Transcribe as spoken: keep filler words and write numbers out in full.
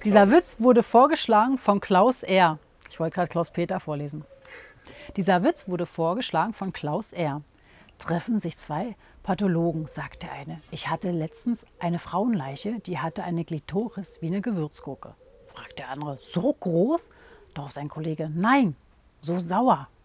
Dieser Witz wurde vorgeschlagen von Klaus R. Ich wollte gerade Klaus-Peter vorlesen. Dieser Witz wurde vorgeschlagen von Klaus R. Treffen sich zwei Pathologen, sagt der eine. Ich hatte letztens eine Frauenleiche, die hatte eine Glitoris wie eine Gewürzgurke. Fragt der andere, so groß? Doch sein Kollege, nein, so sauer.